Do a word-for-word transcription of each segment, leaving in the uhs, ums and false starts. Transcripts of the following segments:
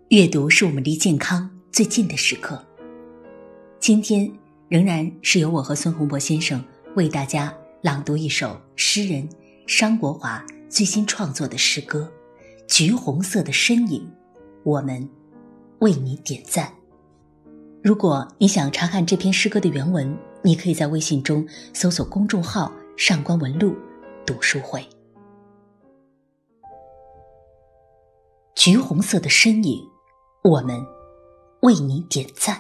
阅读是我们离健康最近的时刻。今天仍然是由我和孙洪博先生为大家朗读一首诗人商国华最新创作的诗歌《橘红色的身影》，我们为你点赞。如果你想查看这篇诗歌的原文，你可以在微信中搜索公众号上官文录读书会。橘红色的身影，我们为你点赞。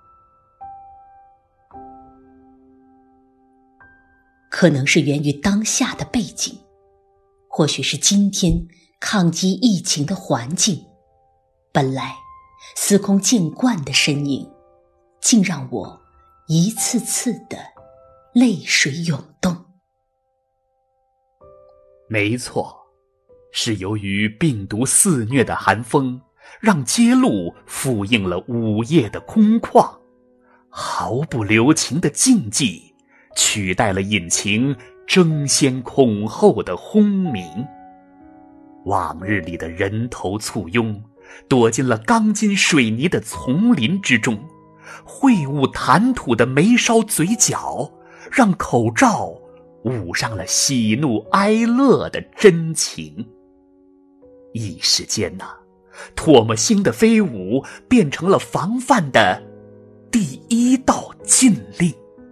可能是源于当下的背景，或许是今天抗击疫情的环境，本来司空见惯的身影，竟让我一次次的泪水涌动。 没错，是由于病毒肆虐的寒风让街路复映了午夜的空旷，毫不留情的竞技取代了引擎争先恐后的轰鸣。往日里的人头簇拥躲进了钢筋水泥的丛林之中，秽物谈吐的眉梢嘴角让口罩捂上了喜怒哀乐的真情。一时间呐、啊唾沫星的飞舞变成了防范的第一道禁令。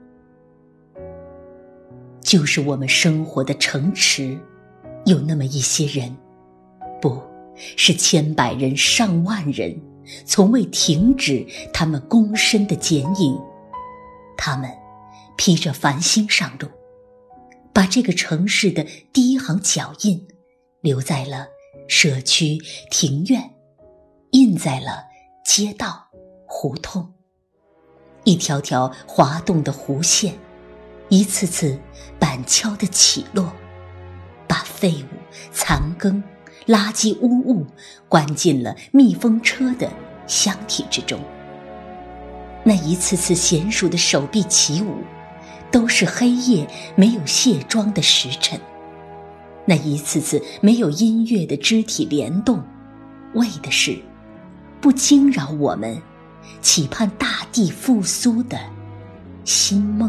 就是我们生活的城池，有那么一些人，不是千百人上万人，从未停止他们躬身的剪影。他们披着繁星上路，把这个城市的第一行脚印留在了社区、庭院，印在了街道、胡同。一条条滑动的弧线，一次次板桥的起落，把废物、残羹、垃圾污物关进了密封车的箱体之中。那一次次娴熟的手臂起舞，都是黑夜没有卸妆的时辰。那一次次没有音乐的肢体联动，为的是不惊扰我们期盼大地复苏的新梦。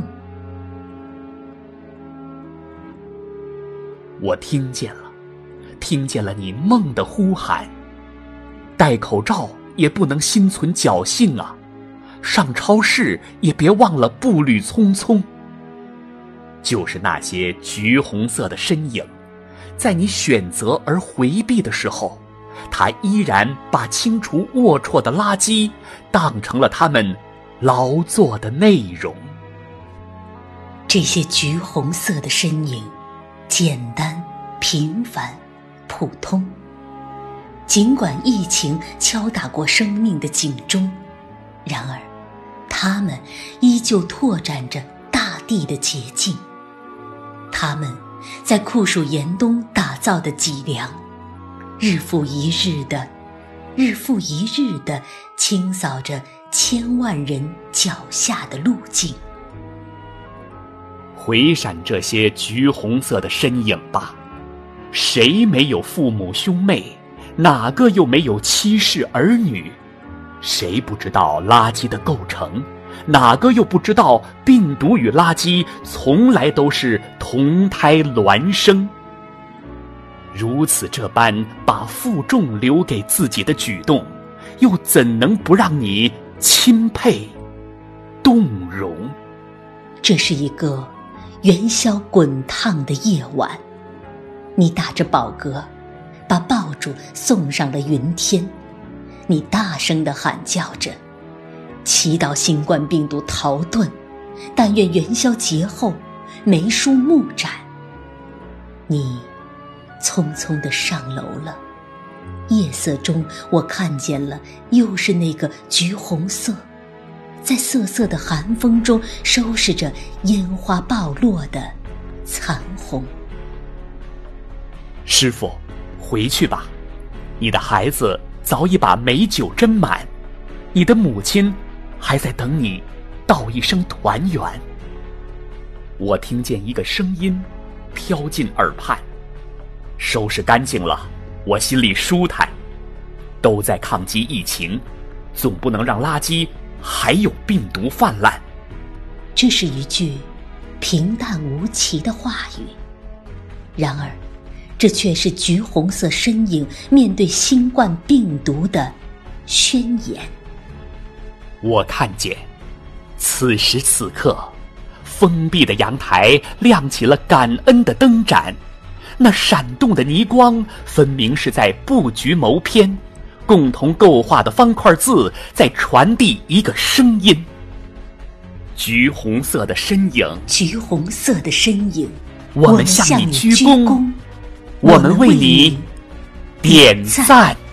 我听见了，听见了你梦的呼喊。戴口罩也不能心存侥幸啊，上超市也别忘了步履匆匆。就是那些橘红色的身影，在你选择而回避的时候，他依然把清除龌龊的垃圾当成了他们劳作的内容。 这些橘红色的身影，简单、平凡、普通。尽管疫情敲打过生命的警钟，然而他们依旧拓展着大地的捷径。他们在酷暑严冬打造的脊梁，日复一日的日复一日的清扫着千万人脚下的路径。 回闪这些橘红色的身影吧，谁没有父母兄妹，哪个又没有妻室儿女？谁不知道垃圾的构成，哪个又不知道病毒与垃圾从来都是同胎孪生？如此这般把负重留给自己的举动，又怎能不让你钦佩、动容？ 这是一个元宵滚烫的夜晚，你打着饱嗝，把爆竹送上了云天。你大声地喊叫着，祈祷新冠病毒逃遁，但愿元宵节后梅树木展。你匆匆地上楼了，夜色中我看见了又是那个橘红色，在瑟瑟的寒风中收拾着烟花爆落的残红。 师傅，回去吧，你的孩子早已把美酒斟满，你的母亲还在等你道一声团圆。我听见一个声音飘进耳畔，收拾干净了，我心里舒坦。 都在抗击疫情，总不能让垃圾还有病毒泛滥。 这是一句平淡无奇的话语，然而这却是橘红色身影面对新冠病毒的宣言。 我看见此时此刻封闭的阳台亮起了感恩的灯盏，那闪动的泥光分明是在布局谋篇，共同构画的方块字在传递一个声音。橘红色的身影， 橘红色的身影， 我们向你鞠躬，我们为你点赞。